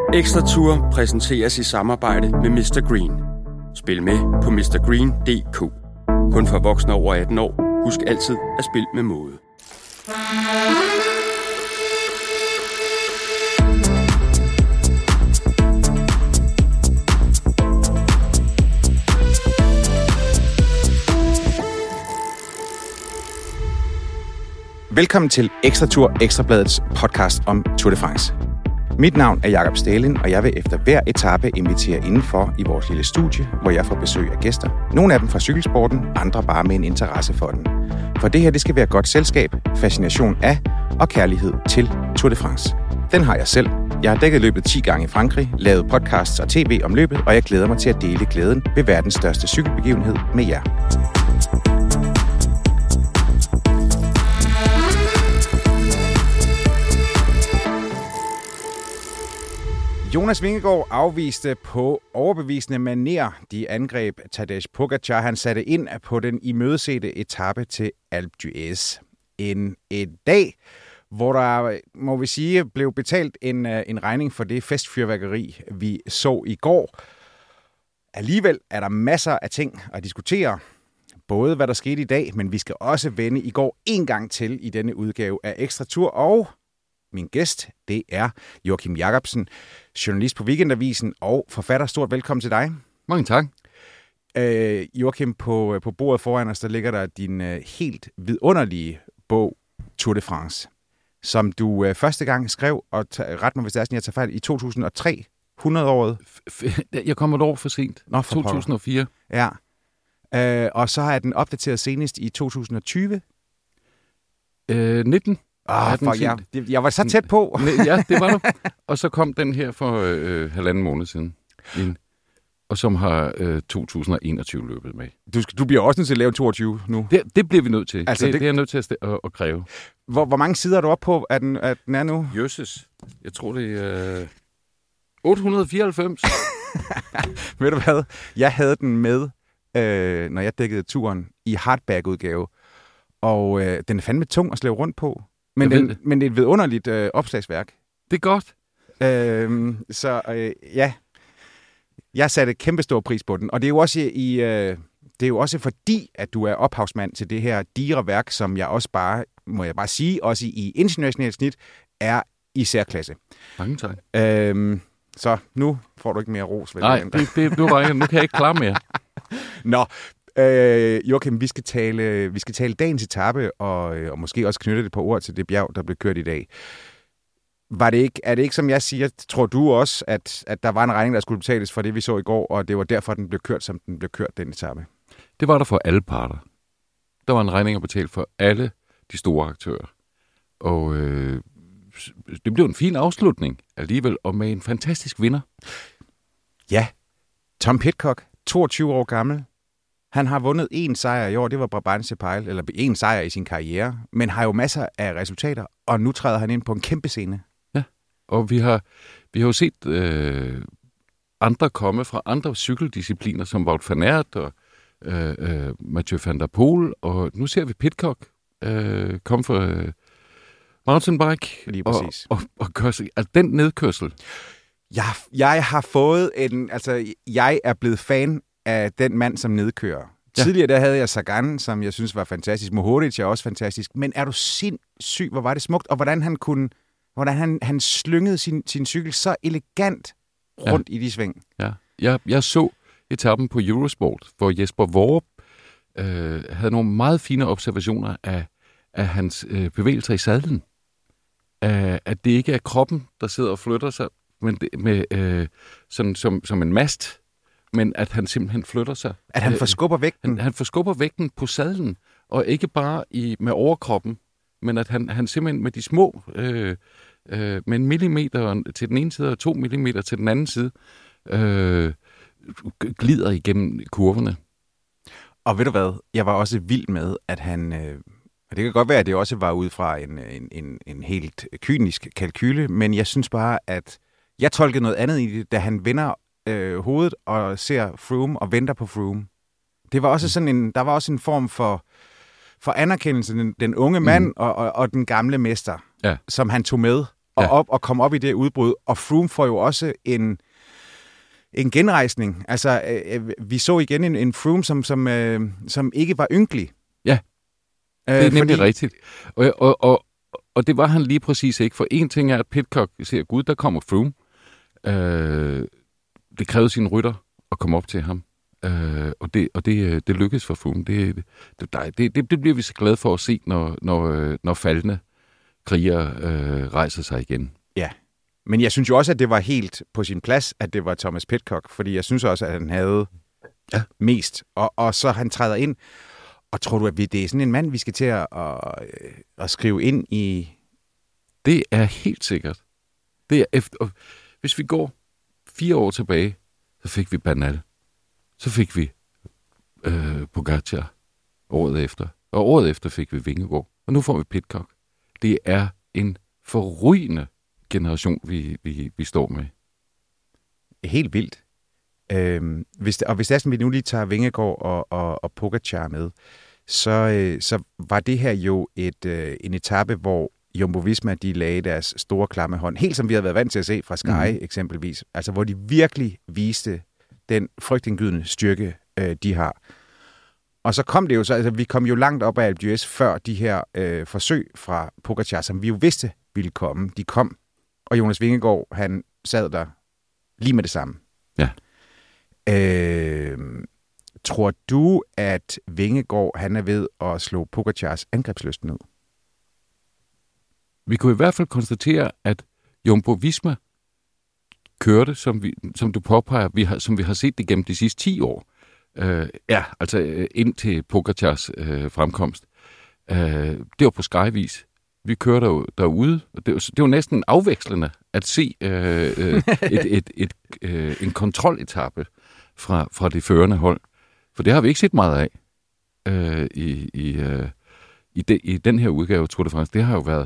Ekstra Tour præsenteres i samarbejde med Mr. Green. Spil med på mrgreen.dk. Kun for voksne over 18 år. Husk altid at spille med måde. Velkommen til Ekstra Tour, Ekstrabladets podcast om Tour de France. Mit navn er Jakob Stalin, og jeg vil efter hver etape invitere indenfor i vores lille studie, hvor jeg får besøg af gæster. Nogle af dem fra cykelsporten, andre bare med en interesse for den. For det her, det skal være godt selskab, fascination af og kærlighed til Tour de France. Den har jeg selv. Jeg har dækket løbet 10 gange i Frankrig, lavet podcasts og tv om løbet, og jeg glæder mig til at dele glæden ved verdens største cykelbegivenhed med jer. Jonas Vingegaard afviste på overbevisende manér de angreb Tadej Pogačar. Han satte ind på den imødesete etape til Alpe d'Huez. En dag, hvor der, må vi sige, blev betalt en regning for det festfyrværkeri, vi så i går. Alligevel er der masser af ting at diskutere. Både hvad der skete i dag, men vi skal også vende i går en gang til i denne udgave af Ekstra Tour. Og min gæst, det er Joachim Jacobsen, journalist på Weekendavisen og forfatter. Stort velkommen til dig. Mange tak. Joachim, på bordet foran os, der ligger der din helt vidunderlige bog, Tour de France, som du første gang skrev, og ret mig, hvis det er sådan, jeg tager fejl, i 2003, 100-året. Jeg kom et år for sent. 2004. Ja. Og så har jeg den opdateret senest i 2020. 19. Jeg var så tæt på. Ja, det var du. Og så kom den her for halvanden måned siden. Og som har 2021 løbet med. Du bliver også nødt til at lave 22 nu. Det bliver vi nødt til. Altså, det er jeg nødt til at kræve. Hvor mange sider er du oppe på, at den er nu? Jøsses. Jeg tror, det er 894. Ved du hvad? Jeg havde den med, når jeg dækkede turen, i hardback-udgave. Og den er fandme tung at slæve rundt på. Men det er et vidunderligt opslagsværk. Det er godt. Ja, jeg satte kæmpe stor pris på den. Og det er jo også fordi, at du er ophavsmand til det her digre værk, som jeg også bare, må jeg bare sige, også i internationalt snit, er i særklasse. Mange tak. Så nu får du ikke mere ros. Nej, nu kan jeg ikke klare mere. Nå, Joachim, vi skal tale dagens etape, og måske også knytte det på ord til det bjerg, der blev kørt i dag. Er det ikke, som jeg siger, tror du også, at der var en regning, der skulle betales for det, vi så i går, og det var derfor, den blev kørt, som den blev kørt, den etape? Det var der for alle parter. Der var en regning at betale for alle de store aktører. Og det blev en fin afslutning alligevel, og med en fantastisk vinder. Ja, Tom Pidcock, 22 år gammel. Han har vundet 1 sejr i år, det var Brabantse-Pejl, eller 1 sejr i sin karriere, men har jo masser af resultater, og nu træder han ind på en kæmpe scene. Ja, og vi har jo set andre komme fra andre cykeldiscipliner, som Wout van Aert og Mathieu van der Poel, og nu ser vi Pidcock komme fra mountainbike. Lige præcis. Og kørsel, altså den nedkørsel. Jeg har fået jeg er blevet fan af den mand, som nedkører. Ja. Tidligere der havde jeg Sagan, som jeg synes var fantastisk. Mohoric er også fantastisk. Men er du sindssyg, hvor var det smukt, og hvordan han slyngede sin cykel så elegant rundt i de sving. Ja. Jeg så etappen på Eurosport, hvor Jesper Vorup havde nogle meget fine observationer af hans bevægelser i sadlen. At det ikke er kroppen, der sidder og flytter sig, men sådan som en mast, men at han simpelthen flytter sig. At han forskubber vægten? Han forskubber vægten på sadlen, og ikke bare med overkroppen, men at han simpelthen med de små, med 1 millimeter til den ene side og 2 millimeter til den anden side, glider igennem kurverne. Og ved du hvad, jeg var også vild med, at han, og det kan godt være, at det også var ud fra en helt kynisk kalkyle, men jeg synes bare, at jeg tolkede noget andet i det, da han vender hovedet og ser Froome og venter på Froome. Det var også sådan der var også en form for anerkendelse, den unge mand og den gamle mester, som han tog med. og komme op i det udbrud. Og Froome får jo også en genrejsning. Altså, vi så igen en Froome, som ikke var ynkelig. Ja, det er nemlig rigtigt. Og det var han lige præcis ikke. For en ting er, at Pidcock siger, gud, der kommer Froome. Det krævede sin rytter at komme op til ham. Og det lykkedes for Froome. Det bliver vi så glade for at se, når faldende krigere rejser sig igen. Ja, men jeg synes jo også, at det var helt på sin plads, at det var Thomas Pidcock, fordi jeg synes også, at han havde mest. Og så han træder ind. Og tror du, at det er sådan en mand, vi skal til at skrive ind i? Det er helt sikkert. Det er hvis vi går 4 år tilbage, så fik vi Bernal. Så fik vi Pogačar året efter. Og året efter fik vi Vingegaard. Og nu får vi Pidcock. Det er en forrygende generation, vi står med. Helt vildt. Hvis det er sådan, vi nu lige tager Vingegaard og Pogačar med, så var det her jo en etape, hvor Jumbo-Visma, de lagde deres store klamme hånd, helt som vi havde været vant til at se fra Sky eksempelvis, altså hvor de virkelig viste den frygtindgydende styrke, de har. Og så kom det jo så, altså vi kom jo langt op af Alpe d'Huez før de her forsøg fra Pogačar, som vi jo vidste ville komme. De kom, og Jonas Vingegaard, han sad der lige med det samme. Ja. Tror du, at Vingegaard, han er ved at slå Pogacars angrebslyst ned? Vi kunne i hvert fald konstatere, at Jumbo-Visma kørte, som du påpeger, som vi har set det gennem de sidste 10 år. Altså ind til Pogacars fremkomst. Det var på Skyvis. Vi kørte derude, og det var næsten afvekslende at se en kontroletappe fra det førende hold. For det har vi ikke set meget af i den her udgave af Tour de France. Det har jo været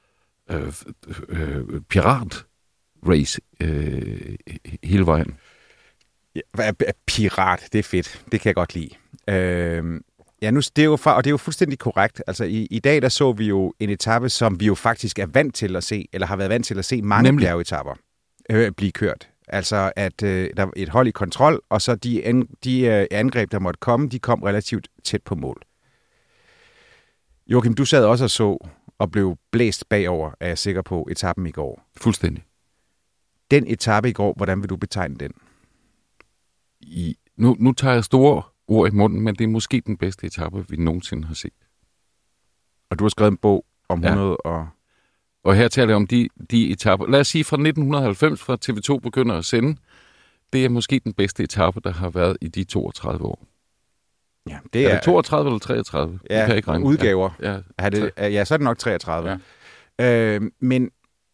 pirat-race hele vejen. Ja, pirat, det er fedt. Det kan jeg godt lide. Ja, nu, det er jo og det er jo fuldstændig korrekt. Altså, i dag der så vi jo en etape, som vi jo faktisk er vant til at se, eller har været vant til at se mange bjergetapper blive kørt. Altså, at der er et hold i kontrol, og så de angreb, der måtte komme, de kom relativt tæt på mål. Joachim, du sad også og blev blæst bagover, er jeg sikker på, etappen i går. Fuldstændig. Den etape i går, hvordan vil du betegne den? Nu tager jeg store ord i munden, men det er måske den bedste etape, vi nogensinde har set. Og du har skrevet en bog om 100 og... Og her taler jeg om de etaper. Lad os sige fra 1990, fra TV2 begynder at sende. Det er måske den bedste etape, der har været i de 32 år. Ja, det er 32 eller 33? Ja, det kan jeg ikke regne. Udgaver. Ja, så er det nok 33. Ja. Men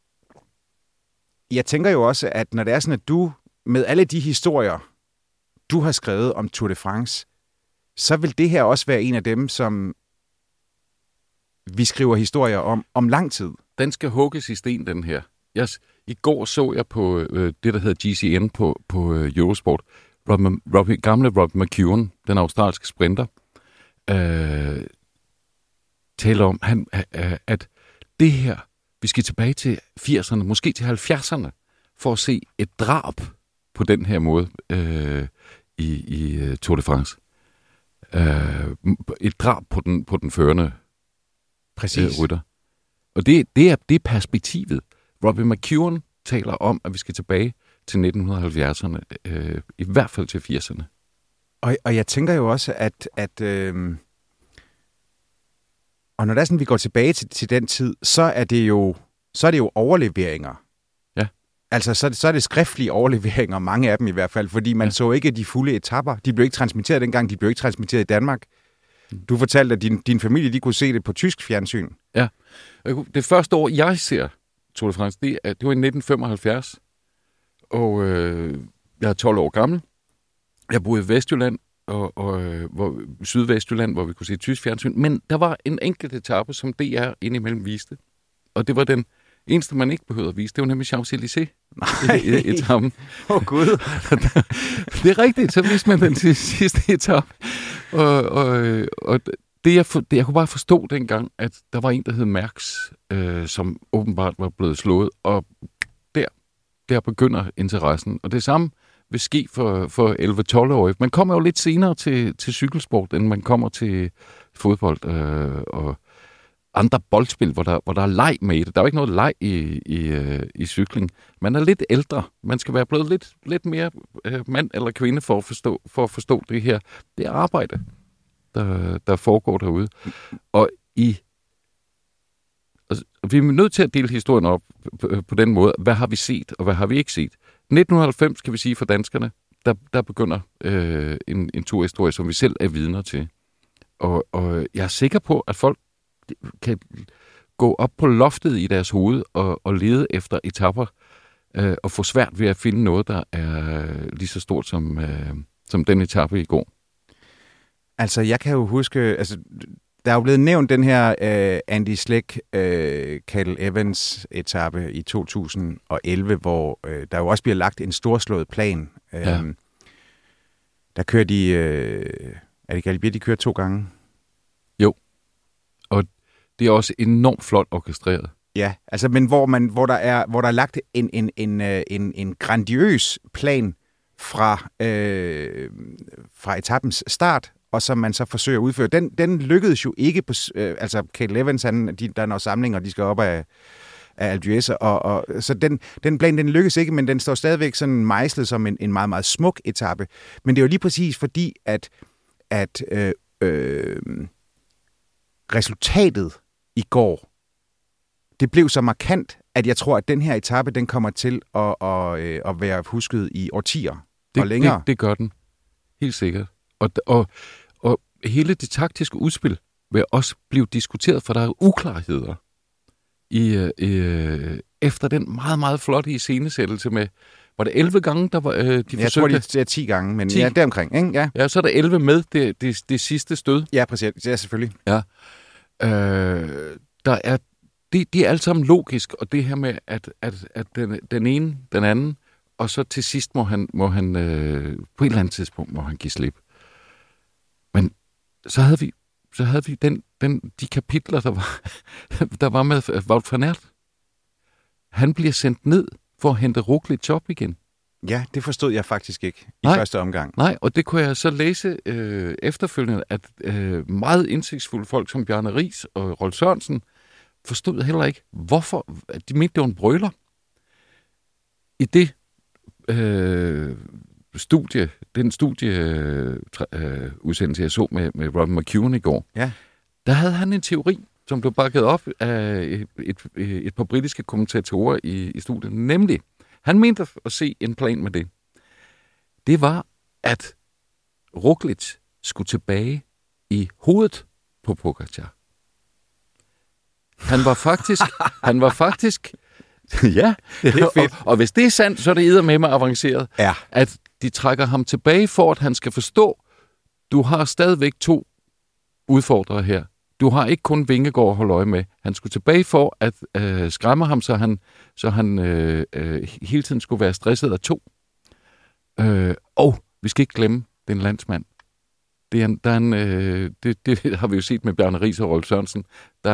jeg tænker jo også, at når det er sådan, at du med alle de historier, du har skrevet om Tour de France, så vil det her også være en af dem, som vi skriver historier om lang tid. Den skal hugges i sten, den her. I går så jeg på det, der hedder GCN på Eurosport, gamle Rob McEwen, den australske sprinter, taler om, at det her, vi skal tilbage til 80'erne, måske til 70'erne, for at se et drab på den her måde i Tour de France. Et drab på den førende rytter. Og det er perspektivet. Robbie McEwen taler om, at vi skal tilbage til 1970'erne, i hvert fald til 80'erne. Og jeg tænker jo også, at og når det er sådan, vi går tilbage til den tid, så er det jo overleveringer. Ja. Altså, så er det skriftlige overleveringer, mange af dem i hvert fald, fordi man så ikke de fulde etapper. De blev ikke transmitteret dengang, de blev ikke transmitteret i Danmark. Du fortalte, at din familie, de kunne se det på tysk fjernsyn. Ja. Det første år, jeg ser Tour de France, det var i 1975. Og jeg er 12 år gammel. Jeg boede i Vestjylland, og Sydvestjylland, hvor vi kunne se tysk fjernsyn. Men der var en enkelt etape, som DR indimellem viste. Og det var den eneste, man ikke behøvede at vise. Det var nemlig Champs-Élysées-etappen. Åh Gud. Det er rigtigt, så viste man den til sidste etape. Og Jeg kunne bare forstå dengang, at der var en, der hed Mærks, som åbenbart var blevet slået, og der begynder interessen. Og det samme vil ske for 11-12-årige. Man kommer jo lidt senere til cykelsport, end man kommer til fodbold og andre boldspil, hvor der er leg med det. Der er jo ikke noget leg i cykling. Man er lidt ældre. Man skal være blevet lidt mere mand eller kvinde for at forstå det her. Det er arbejde, der foregår derude. Og vi er nødt til at dele historien op på den måde. Hvad har vi set, og hvad har vi ikke set? 1990, kan vi sige for danskerne, der begynder en turhistorie, som vi selv er vidner til. Og jeg er sikker på, at folk kan gå op på loftet i deres hoved og lede efter etapper og få svært ved at finde noget, der er lige så stort som den etape i går. Altså, jeg kan jo huske, altså, der er jo blevet nævnt den her Andy Schleck, Cadel Evans etape i 2011, hvor der jo også bliver lagt en storslået plan. Ja. Der kører de, er det Galibier, de kører 2 gange? Jo, og det er også enormt flot orkestreret. Ja, altså, men hvor der er lagt en grandiøs plan fra etapens start, og som man så forsøger at udføre. Den lykkedes jo ikke på, altså Cadel Evans, der er noget samling, og de skal op af Alpe d'Huez, og så den plan, den lykkedes ikke, men den står stadigvæk sådan mejslet som en meget, meget smuk etape. Men det er jo lige præcis fordi, at resultatet i går, det blev så markant, at jeg tror, at den her etape, den kommer til at være husket i årtier og længere. Det gør den. Helt sikkert. Og hele det taktiske udspil vil også blive diskuteret, for der er uklarheder efter den meget, meget flotte iscenesættelse med, var det 11 gange, der var de forsøgte? Jeg tror, det er 10 gange, men 10. Ja, deromkring, ikke? Ja. Ja, så er der 11 med det sidste stød. Ja, præcis. Ja, selvfølgelig. Ja. Der er, det er alt sammen logisk, og det her med, at den ene, den anden, og så til sidst må han på et eller andet tidspunkt må han give slip. Men så havde vi de kapitler, der var med Wout van Aert. Han bliver sendt ned for at hente Roglic op igen. Ja, det forstod jeg faktisk ikke i første omgang. Nej, og det kunne jeg så læse efterfølgende, at meget indsigtsfulde folk som Bjarne Riis og Rolf Sørensen forstod heller ikke, hvorfor de mente, det var en brøler. I det udsendelse, jeg så med Robin McEwen i går, ja. Der havde han en teori, som blev bakket op af et par britiske kommentatorer i studiet. Nemlig, han mente at se en plan med det. Det var, at Roglic skulle tilbage i hovedet på Pogačar. Han var faktisk ja, det er fedt. Og hvis det er sandt, så er det eddermame avanceret, ja. At de trækker ham tilbage for, at han skal forstå, du har stadigvæk 2 udfordrere her. Du har ikke kun Vingegaard at holde øje med. Han skulle tilbage for at skræmme ham, så han hele tiden skulle være stresset af 2. Og vi skal ikke glemme, det er en landsmand. Det har vi jo set med Bjarne Riis og Rolf Sørensen.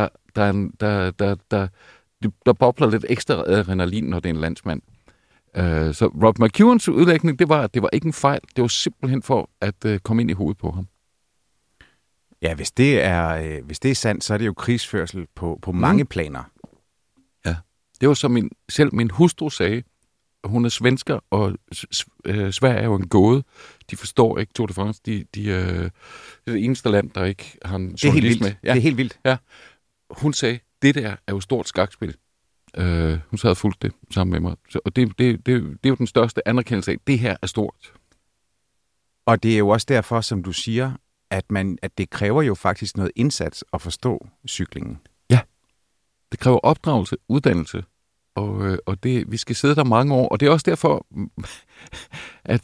Der bobler lidt ekstra adrenalin, når det er en landsmand. Så Rob McEwens udlægning, det var ikke en fejl. Det var simpelthen for at komme ind i hovedet på ham. Ja, hvis det er sandt, så er det jo krigsførsel på mange planer. Ja, det var som selv min hustru sagde. Hun er svensker, og Sverige er jo en gåde. De forstår ikke Tour de France. Det er det eneste land, der ikke har en journalist med. Ja. Det er helt vildt. Ja. Hun sagde, det der er jo stort skakspil. Hun så havde fulgt det sammen med mig. Og det er jo den største anerkendelse af, det her er stort. Og det er jo også derfor, som du siger, at det kræver jo faktisk noget indsats at forstå cyklingen. Ja, det kræver opdragelse, uddannelse, og vi skal sidde der mange år. Og det er også derfor, at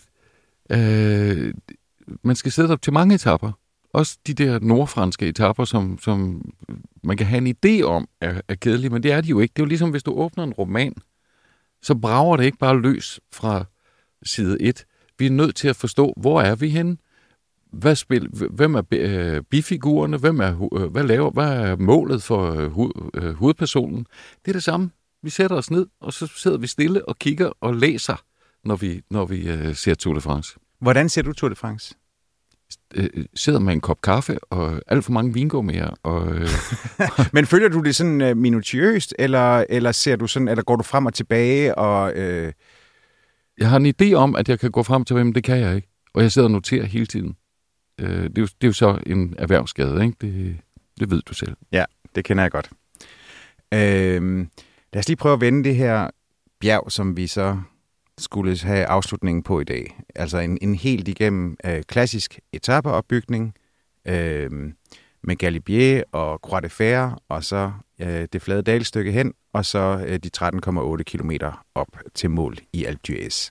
man skal sidde der til mange etaper. Også de der nordfranske etaper, som man kan have en idé om, er kedelige, men det er de jo ikke. Det er jo ligesom, hvis du åbner en roman, så brager det ikke bare løs fra side 1. Vi er nødt til at forstå, hvor er vi henne? hvem er bifigurerne, hvad er målet for hovedpersonen. Det er det samme. Vi sætter os ned, og så sidder vi stille og kigger og læser, når vi ser Tour de France. Hvordan ser du Tour de France? Sidder med en kop kaffe og alt for mange vingummier. Men følger du det sådan minutiøst, eller ser du sådan, eller går du frem og tilbage? Jeg har en idé om, at jeg kan gå frem og tilbage, men det kan jeg ikke. Og jeg sidder og noterer hele tiden. Det er jo så en erhvervsskade, ikke? Det ved du selv. Ja, det kender jeg godt. Lad os lige prøve at vende det her bjerg, som vi så skulle have afslutningen på i dag. Altså en helt igennem klassisk etapeopbygning med Galibier og Croix de Fer, og så det flade dalstykke hen, og så de 13,8 kilometer op til mål i Alpe d'Huez.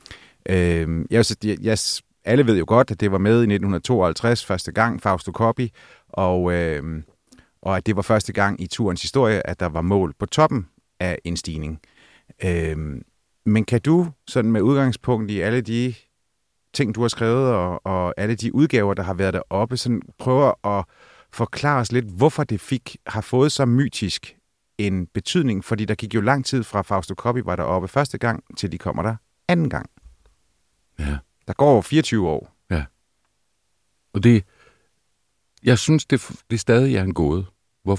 Alle ved jo godt, at det var med i 1952 første gang, Fausto Coppi, og at det var første gang i turens historie, at der var mål på toppen af en stigning. Men kan du sådan med udgangspunkt i alle de ting, du har skrevet, og alle de udgaver, der har været deroppe, sådan prøve at forklare os lidt, hvorfor det har fået så mytisk en betydning? Fordi der gik jo lang tid fra Fausto Coppi var deroppe første gang, til de kommer der anden gang. Ja. Der går 24 år. Ja. Og jeg synes, det stadig er en gåde.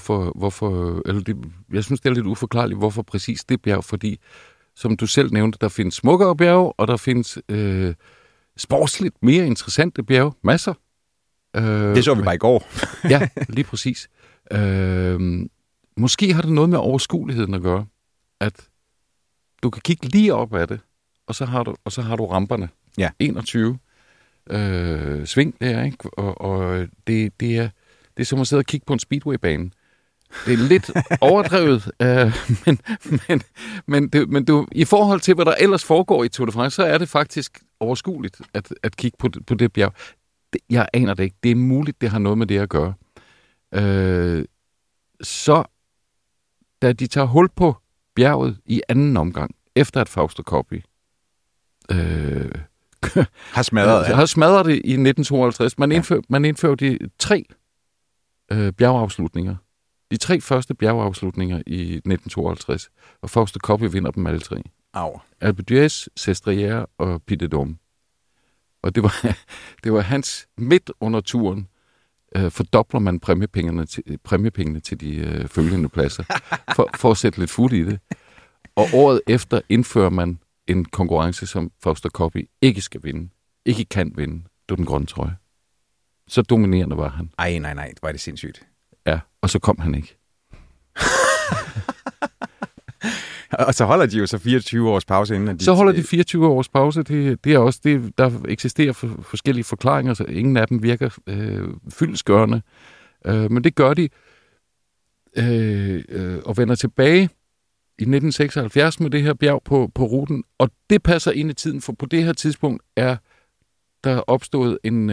Jeg synes, det er lidt uforklarligt, hvorfor præcis det bjerg, fordi som du selv nævnte, der findes smukkere bjerge, og der findes sportsligt mere interessante bjerge. Masser. Det så vi bare i går. Ja, lige præcis. Måske har det noget med overskueligheden at gøre, at du kan kigge lige op ad det, og så har du ramperne. Ja. 21 sving der, ikke? Og det er som at sidde og kigge på en speedwaybane. Det er lidt overdrevet, men i forhold til, hvad der ellers foregår i Tour de France, så er det faktisk overskueligt at kigge på det bjerg. Jeg aner det ikke. Det er muligt, det har noget med det at gøre. Så da de tager hul på bjerget i anden omgang, efter at Fausto Coppi har smadret det i 1952. Man indførte de 3 bjergafslutninger. De 3 første bjergafslutninger i 1952. Og Fausto Coppi vinder dem alle 3. Alpe d'Huez, Sestriere og Puy de Dôme. Og det var hans midt under turen. Fordobler man præmiepengene til de følgende pladser. For at sætte lidt fod i det. Og året efter indfører man en konkurrence, som Fausto Coppi ikke skal vinde. Ikke kan vinde. Det var den grønne trøje. Så dominerende var han. Nej, det var det sindssygt. Ja, og så kom han ikke. Og så holder de jo så 24 års pause inden. Så holder de 24 års pause. Det er også det, der eksisterer forskellige forklaringer, så ingen af dem virker fyldestgørende. Men det gør de og vender tilbage i 1976 med det her bjerg på ruten. Og det passer ind i tiden, for på det her tidspunkt er der opstået en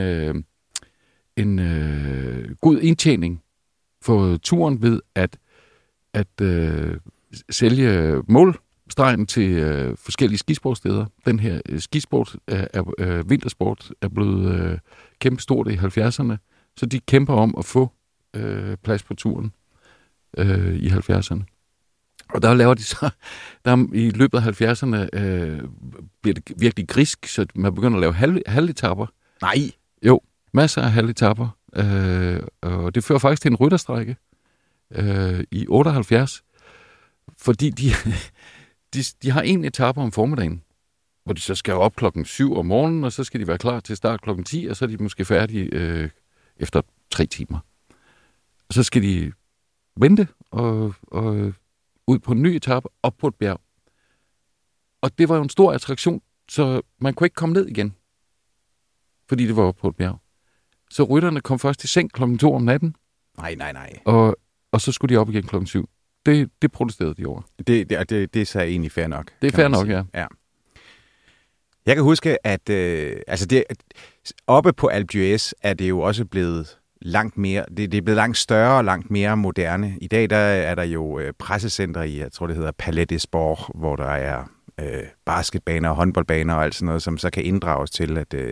god indtjening for turen ved at sælge målstregen til forskellige skisportsteder. Den her skisport, vintersport, er blevet kæmpestort i 70'erne, så de kæmper om at få plads på turen i 70'erne. Og der laver de så, i løbet af 70'erne bliver det virkelig grisk, så man begynder at lave halvetapper. Nej! Jo, masser af halvetapper. Og det fører faktisk til en rytterstrejke i 78, fordi de har en etape om formiddagen, hvor de så skal op 7:00 om morgenen, og så skal de være klar til start 10:00, og så er de måske færdige efter 3 timer. Og så skal de vente og ud på en ny etape, op på et bjerg. Og det var jo en stor attraktion, så man kunne ikke komme ned igen, fordi det var oppe på et bjerg. Så rytterne kom først i seng 2:00 om natten. Nej. Og så skulle de op igen 7:00. Det protesterede de over. Det er så egentlig fair nok. Det er fair nok, ja. Jeg kan huske, at oppe på Alpe d'Huez er det jo også blevet langt mere, det er blevet langt større og langt mere moderne. I dag der er der jo pressecentre i, jeg tror det hedder Palais des Sports, hvor der er basketbaner og håndboldbaner og alt sådan noget, som så kan inddrages til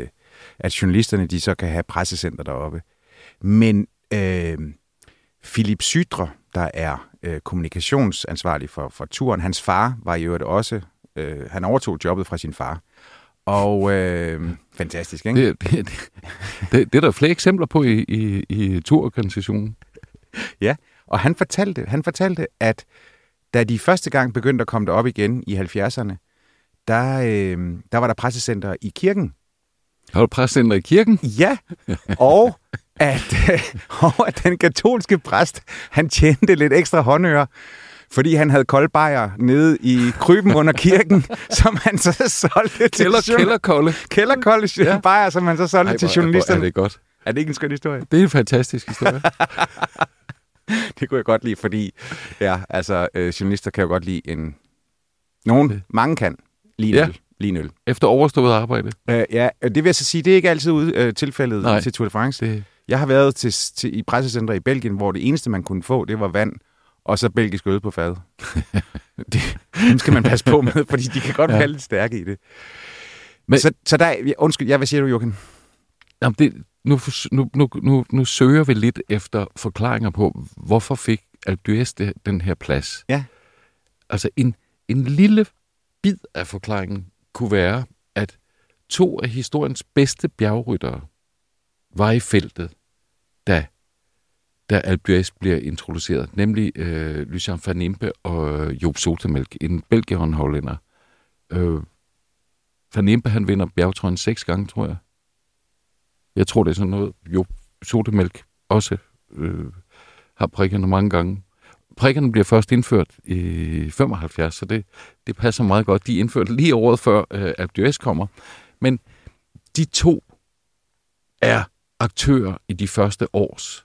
at journalisterne de så kan have pressecenter deroppe. Men Philip Sydre, der er kommunikationsansvarlig for turen, hans far var i øvrigt også, han overtog jobbet fra sin far. Og fantastisk, ikke? Det er der flere eksempler på i turorganisationen. Ja, og han fortalte, at da de første gang begyndte at komme derop igen i 70'erne, der var der pressecenter i kirken. Har du pressecenter i kirken? Ja, og at den katolske præst, han tjente lidt ekstra håndører, fordi han havde koldbajer nede i kryben under kirken, som han så solgte til kælderkolde bajer, som han så solgte til journalisterne. Er det godt? Er det ikke en skøn historie? Det er en fantastisk historie. Det kunne jeg godt lide, fordi journalister kan jo godt lide mange kan lide en øl. Efter overstået arbejde. Det vil jeg så sige, det er ikke altid tilfældet til Tour de France. Jeg har været i pressecenter i Belgien, hvor det eneste, man kunne få, det var vand, og så belgisk øl på fad. Dem skal man passe på med, fordi de kan godt være lidt stærke i det. Men, så der, undskyld, hvad siger du, Jochen? Jamen nu søger vi lidt efter forklaringer på, hvorfor fik Alpe d'Huez den her plads. Ja. Altså en lille bid af forklaringen kunne være, at 2 af historiens bedste bjergryttere var i feltet, da Alpe d'Huez bliver introduceret, nemlig Lucien van Impe og Joop Zoetemelk, en belgier og en hollænder. Van Impe, han vinder bjergtrøjen 6 gange, tror jeg. Jeg tror, det er sådan noget. Joop Zoetemelk også har prikkerne mange gange. Prikkerne bliver først indført i 75, så det passer meget godt. De er indført lige året før Alpe d'Huez kommer. Men de 2 er aktører i de første års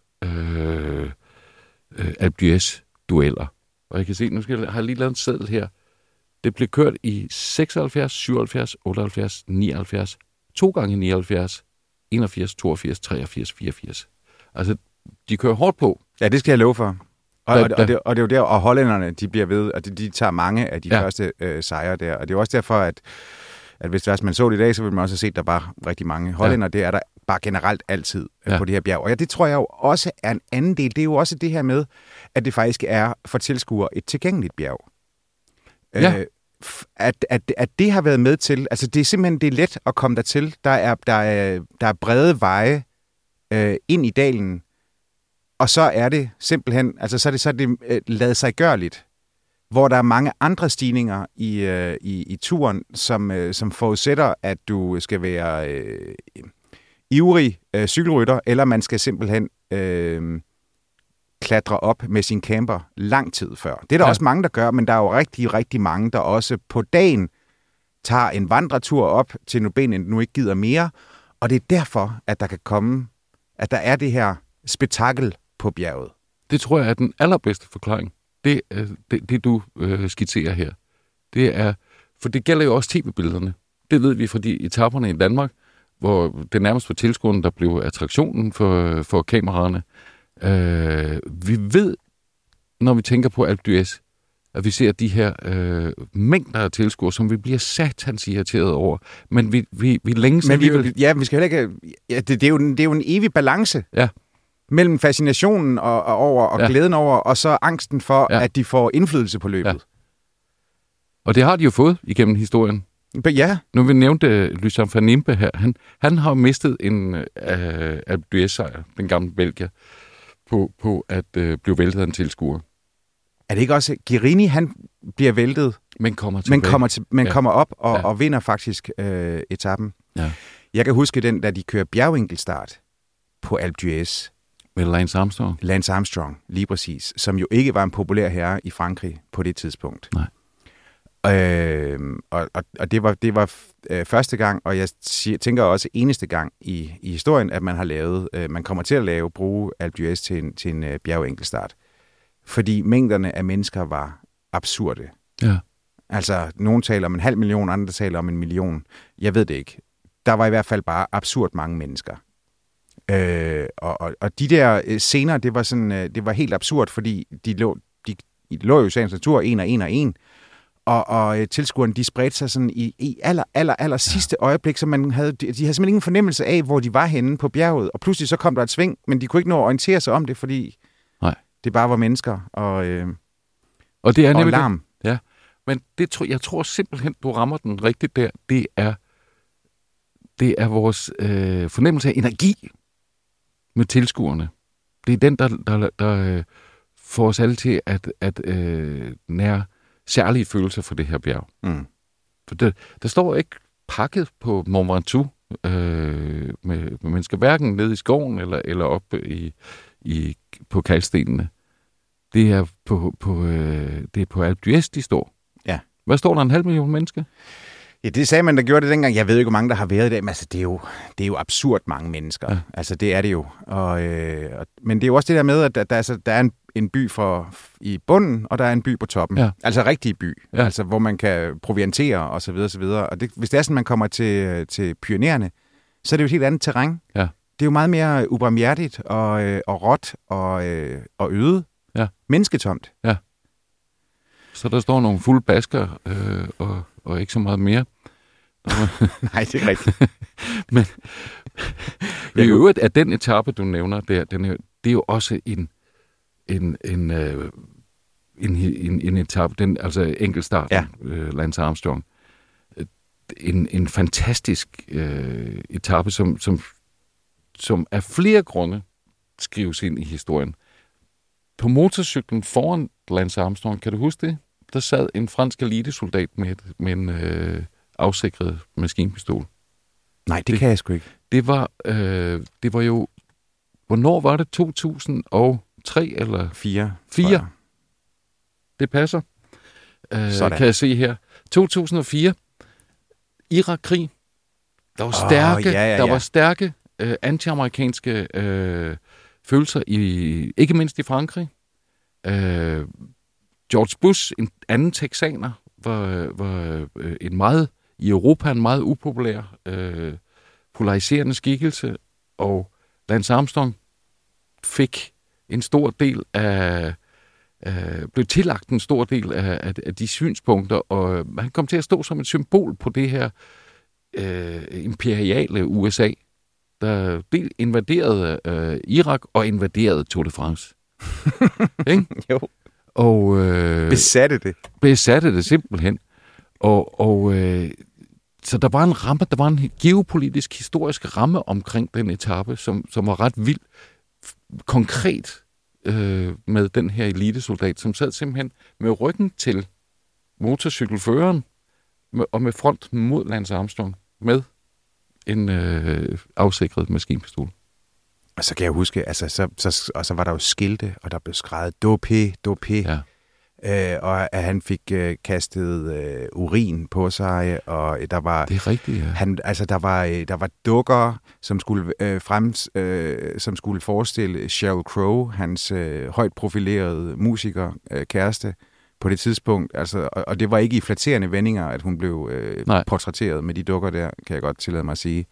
Alpe d'Huez-dueller. Og jeg kan se, har jeg lige lavet en seddel her. Det blev kørt i 76, 77, 78, 79, 2 gange 79, 81, 82, 83, 84. Altså, de kører hårdt på. Ja, det skal jeg love for. Og det er jo der, og hollænderne, de bliver ved, og de tager mange af de første sejre der. Og det er jo også derfor, at hvis man så det i dag, så ville man også have set, at der var rigtig mange hollændere. Det er der bare generelt altid på det her bjerg. Og det tror jeg jo også er en anden del. Det er jo også det her med, at det faktisk er for tilskuere et tilgængeligt bjerg. Ja. At det har været med til, altså det er simpelthen det er let at komme dertil. Der er brede veje ind i dalen, og så er det simpelthen, altså så er det ladet sig gørligt, hvor der er mange andre stigninger i turen, som forudsætter, at du skal være ivrig cykelrytter, eller man skal simpelthen klatre op med sin camper lang tid før. Det er der også mange, der gør, men der er jo rigtig, rigtig mange, der også på dagen tager en vandretur op til nu benene nu ikke gider mere, og det er derfor, at der kan komme, at der er det her spektakel på bjerget. Det tror jeg er den allerbedste forklaring. Det du skitserer her. Det er, for det gælder jo også tv-billederne. Det ved vi fra de etaperne i Danmark, hvor det nærmest var tilskuerne, der blev attraktionen for kameraerne. Vi ved, når vi tænker på Alpe d'Huez, at vi ser de her mængder af tilskuere, som vi bliver satans irriteret over. Men vi længes alligevel. Vi skal heller ikke. Ja, det er jo en evig balance. Ja. Mellem fascinationen og glæden over, og så angsten for, at de får indflydelse på løbet. Ja. Og det har de jo fået igennem historien. Ja. Nu vi nævnte Lucien van Impe her. Han har mistet en Alpe d'Huez-sejr, den gamle belgier, på at blive væltet af en tilskuer. Er det ikke også Guerini, han bliver væltet, men kommer op og vinder faktisk etappen. Ja. Jeg kan huske den, da de kører bjergenkelstart på Alpe d'Huez. Med Lance Armstrong. Lance Armstrong, lige præcis. Som jo ikke var en populær herre i Frankrig på det tidspunkt. Nej. Og det var første gang, og jeg tænker også eneste gang i historien, at man har lavet, man kommer til at bruge Alpe d'Huez til en bjergenkelstart. Fordi mængderne af mennesker var absurde. Ja. Altså, nogen taler om 500.000, andre taler om 1 million. Jeg ved det ikke. Der var i hvert fald bare absurd mange mennesker. Og de der scener, det var helt absurd, fordi de lå jo i sagens natur en og en, og tilskuerne, de spredte sig sådan i aller sidste øjeblik, så de havde simpelthen ingen fornemmelse af, hvor de var henne på bjerget, og pludselig så kom der et sving, men de kunne ikke nå at orientere sig om det, fordi det bare var mennesker og det er og larm. Det. Ja, men jeg tror simpelthen, du rammer den rigtigt der. Det er vores fornemmelse af energi med tilskuerne. Det er den, der får os alle til at nære særlige følelser for det her bjerg. For der står ikke pakket på Mont Ventoux med mennesker, hverken nede i skoven eller oppe på kalkstenene. Det er på Alpe d'Huez, de står. Ja. Hvad står der, 500.000 mennesker? Ja, det sagde man, der gjorde det dengang. Jeg ved ikke, hvor mange der har været i dag, men altså, det er jo absurd mange mennesker. Ja. Altså, det er det jo. Men det er jo også det der med, at der er en by i bunden, og der er en by på toppen. Ja. Altså rigtig by, altså, hvor man kan proviantere og så videre, så videre. Og hvis det er sådan, man kommer til Pyrenæerne, så er det jo et helt andet terræn. Ja. Det er jo meget mere ubarmhjertigt og råt og øde. Ja. Mennesketomt. Ja. Så der står nogle fulde basker og ikke så meget mere. Nej, det er rigtigt. Men i øvrigt, at den etape, du nævner der, det er jo også en etape, altså enkeltstarten, Lance Armstrong. En fantastisk etape, som af flere grunde skrives ind i historien. På motorcyklen foran Lance Armstrong, kan du huske det? Der sad en fransk elitesoldat med en afsikret maskinpistol. Nej, det kan jeg sgu ikke. Det var jo... Hvornår var det? 2003 eller 4? Det passer. Kan jeg se her. 2004. Irak-krig. Der var stærke anti-amerikanske følelser, ikke mindst i Frankrig. George Bush, en anden texaner, var i Europa en meget upopulær, polariserende skikkelse, og Lance Armstrong fik en stor del blev tillagt en stor del af de synspunkter, og han kom til at stå som et symbol på det her imperiale USA, der invaderede Irak og invaderede Tour de France. Ikke? Jo. Og besatte det simpelthen. Og så der var en ramme, der var en geopolitisk, historisk ramme omkring den etape, som var ret vild, konkret med den her elitesoldat, som sad simpelthen med ryggen til motorcykelføreren og med front mod Lance Armstrong med en afsikret maskinpistol. Og så kan jeg huske, altså, så var der jo skilte, og der blev skrevet dopé. Ja. Og at han fik kastet urin på sig, og der var... Det er rigtigt, ja. Der var dukker, som skulle forestille Sheryl Crow, hans højt profilerede musiker, kæreste, på det tidspunkt. Altså, og det var ikke i flatterende vendinger, at hun blev portrætteret med de dukker der, kan jeg godt tillade mig at sige.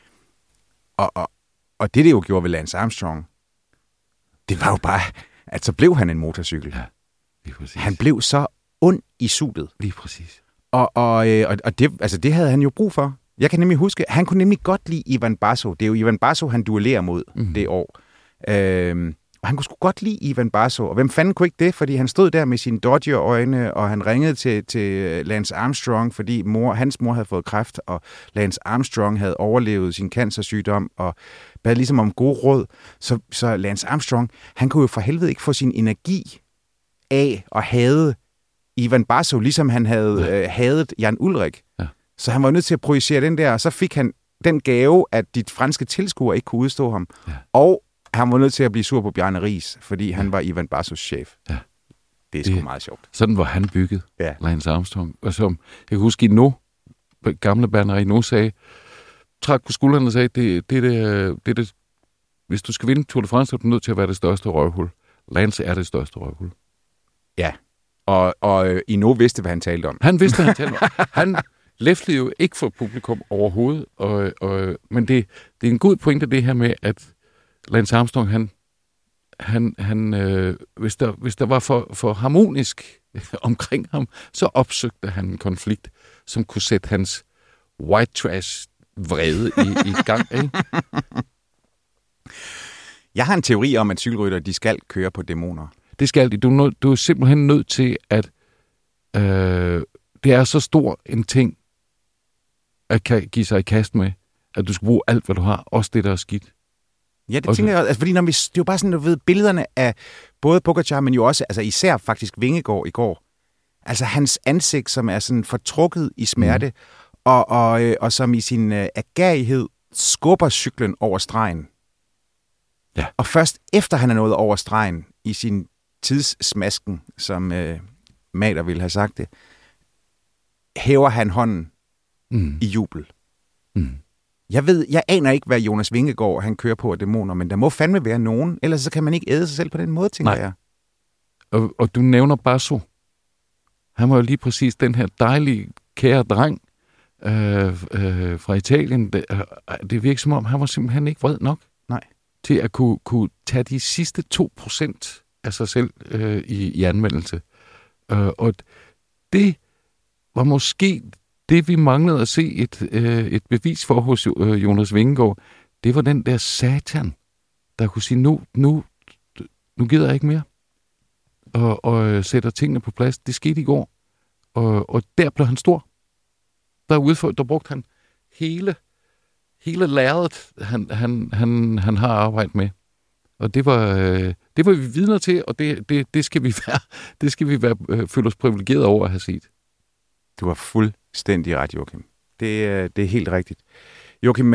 Og det jo gjorde ved Lance Armstrong, det var jo bare, at så blev han en motorcykel. Ja, lige præcis. Han blev så ond i suget. Lige præcis. Og det havde han jo brug for. Jeg kan nemlig huske, han kunne nemlig godt lide Ivan Basso. Det er jo Ivan Basso, han duellerer mod det år. Og han kunne sgu godt lide Ivan Basso. Og hvem fanden kunne ikke det? Fordi han stod der med sine Dodger-øjne, og han ringede til Lance Armstrong, fordi hans mor havde fået kræft, og Lance Armstrong havde overlevet sin cancersygdom, og bad ligesom om gode råd. Så Lance Armstrong, han kunne jo for helvede ikke få sin energi af at hade Ivan Basso, ligesom han havde hadet Jan Ullrich. Ja. Så han var nødt til at projicere den der, og så fik han den gave, at de franske tilskuere ikke kunne udstå ham. Ja. Og han var nødt til at blive sur på Bjarne Riis, fordi han var Ivan Bassos chef. Ja. Det er sgu meget sjovt. Sådan var han bygget, Lance Armstrong. Og som jeg kan huske, gamle Bjarne Riis sagde, trak på skuldrene og sagde, det, hvis du skal vinde Tour de France, så er du nødt til at være det største røvhul. Lance er det største røvhul. Ja, og Hinault vidste, hvad han talte om. Han vidste, hvad han talte om. Han læflede jo ikke for publikum overhovedet, men det er en god pointe, det her med, at Lance Armstrong, han hvis der var for harmonisk omkring ham, så opsøgte han en konflikt, som kunne sætte hans white trash vrede i gang. Ikke? Jeg har en teori om, at cykelrytter, de skal køre på dæmoner. Det skal de. Du er simpelthen nødt til, at det er så stor en ting, at kan give sig i kast med, at du skal bruge alt, hvad du har, også det, der er skidt. Ja, det tænker jeg også. Altså, fordi det er jo bare sådan, du ved, billederne af både Pogačar, men jo også, altså især faktisk Vingegaard i går. Altså hans ansigt, som er sådan fortrukket i smerte, og som i sin agerighed skubber cyklen over stregen. Ja. Og først efter han er nået over stregen i sin tidssmasken, som Mader ville have sagt det, hæver han hånden i jubel. Jeg aner ikke, hvad Jonas Vingegaard han kører på af dæmoner, men der må fandme være nogen, ellers så kan man ikke æde sig selv på den måde, tænker jeg. Og du nævner Basso. Han var jo lige præcis den her dejlige, kære dreng fra Italien. Det virker som om, han var simpelthen ikke vred nok. Nej. Til at kunne tage de sidste 2% af sig selv i anvendelse. Og det var måske det, vi manglede at se et bevis for hos Jonas Vingegaard. Det var den der satan, der kunne sige, nu gider jeg ikke mere. Og sætter tingene på plads. Det skete i går. Og der blev han stor. Der brugte han hele lærredet, han har arbejdet med. Og det var vi vidner til, og det skal vi føle os privilegeret over at have set. Du har fuldstændig ret, Joachim. Det er helt rigtigt. Joachim,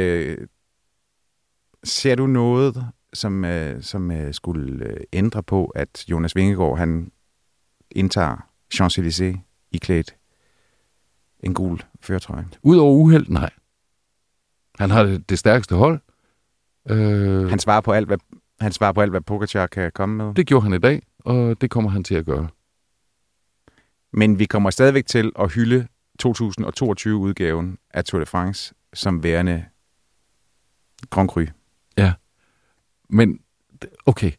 ser du noget, som skulle ændre på, at Jonas Vingegaard, han indtager Champs-Élysées iklædt en gul førertrøje? Udover uheld, nej. Han har det stærkeste hold. Han svarer på alt, hvad Pogačar kan komme med. Det gjorde han i dag, og det kommer han til at gøre. Men vi kommer stadigvæk til at hylde 2022-udgaven af Tour de France som værende Grand Cru. Ja, men okay.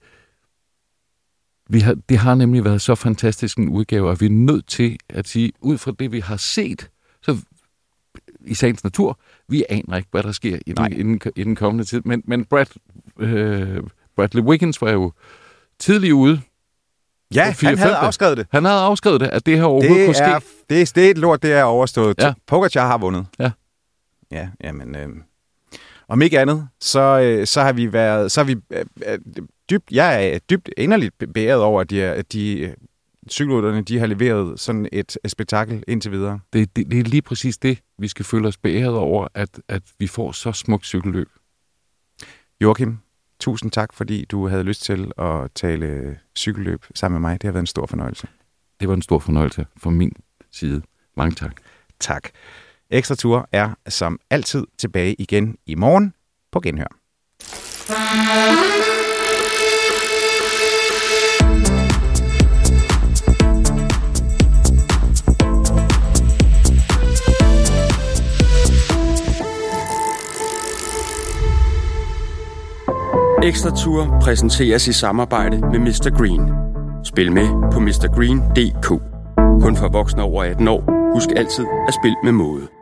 Det har nemlig været så fantastisk en udgave, at vi er nødt til at sige, ud fra det, vi har set, så i sagens natur, vi aner ikke, hvad der sker i den kommende tid. Men Bradley Wiggins var jo tidligt ude. Ja, han havde afskrevet det. Han havde afskrevet det, at det her overhovedet kunne ske. Det er et lort, det er overstået. Ja. Pogačar har vundet. Ja. Ja, jamen... om ikke andet, så har vi været... Jeg er dybt inderligt beæret over, at de cykelrytterne, de har leveret sådan et spektakel indtil videre. Det er lige præcis det, vi skal føle os beæret over, at vi får så smukt cykelløb. Joachim, tusind tak, fordi du havde lyst til at tale cykelløb sammen med mig. Det har været en stor fornøjelse. Det var en stor fornøjelse fra min side. Mange tak. Tak. Ekstra Tour er som altid tilbage igen i morgen på Genhør. Ekstra Tour præsenteres i samarbejde med Mr. Green. Spil med på mrgreen.dk. Kun for voksne over 18 år. Husk altid at spille med måde.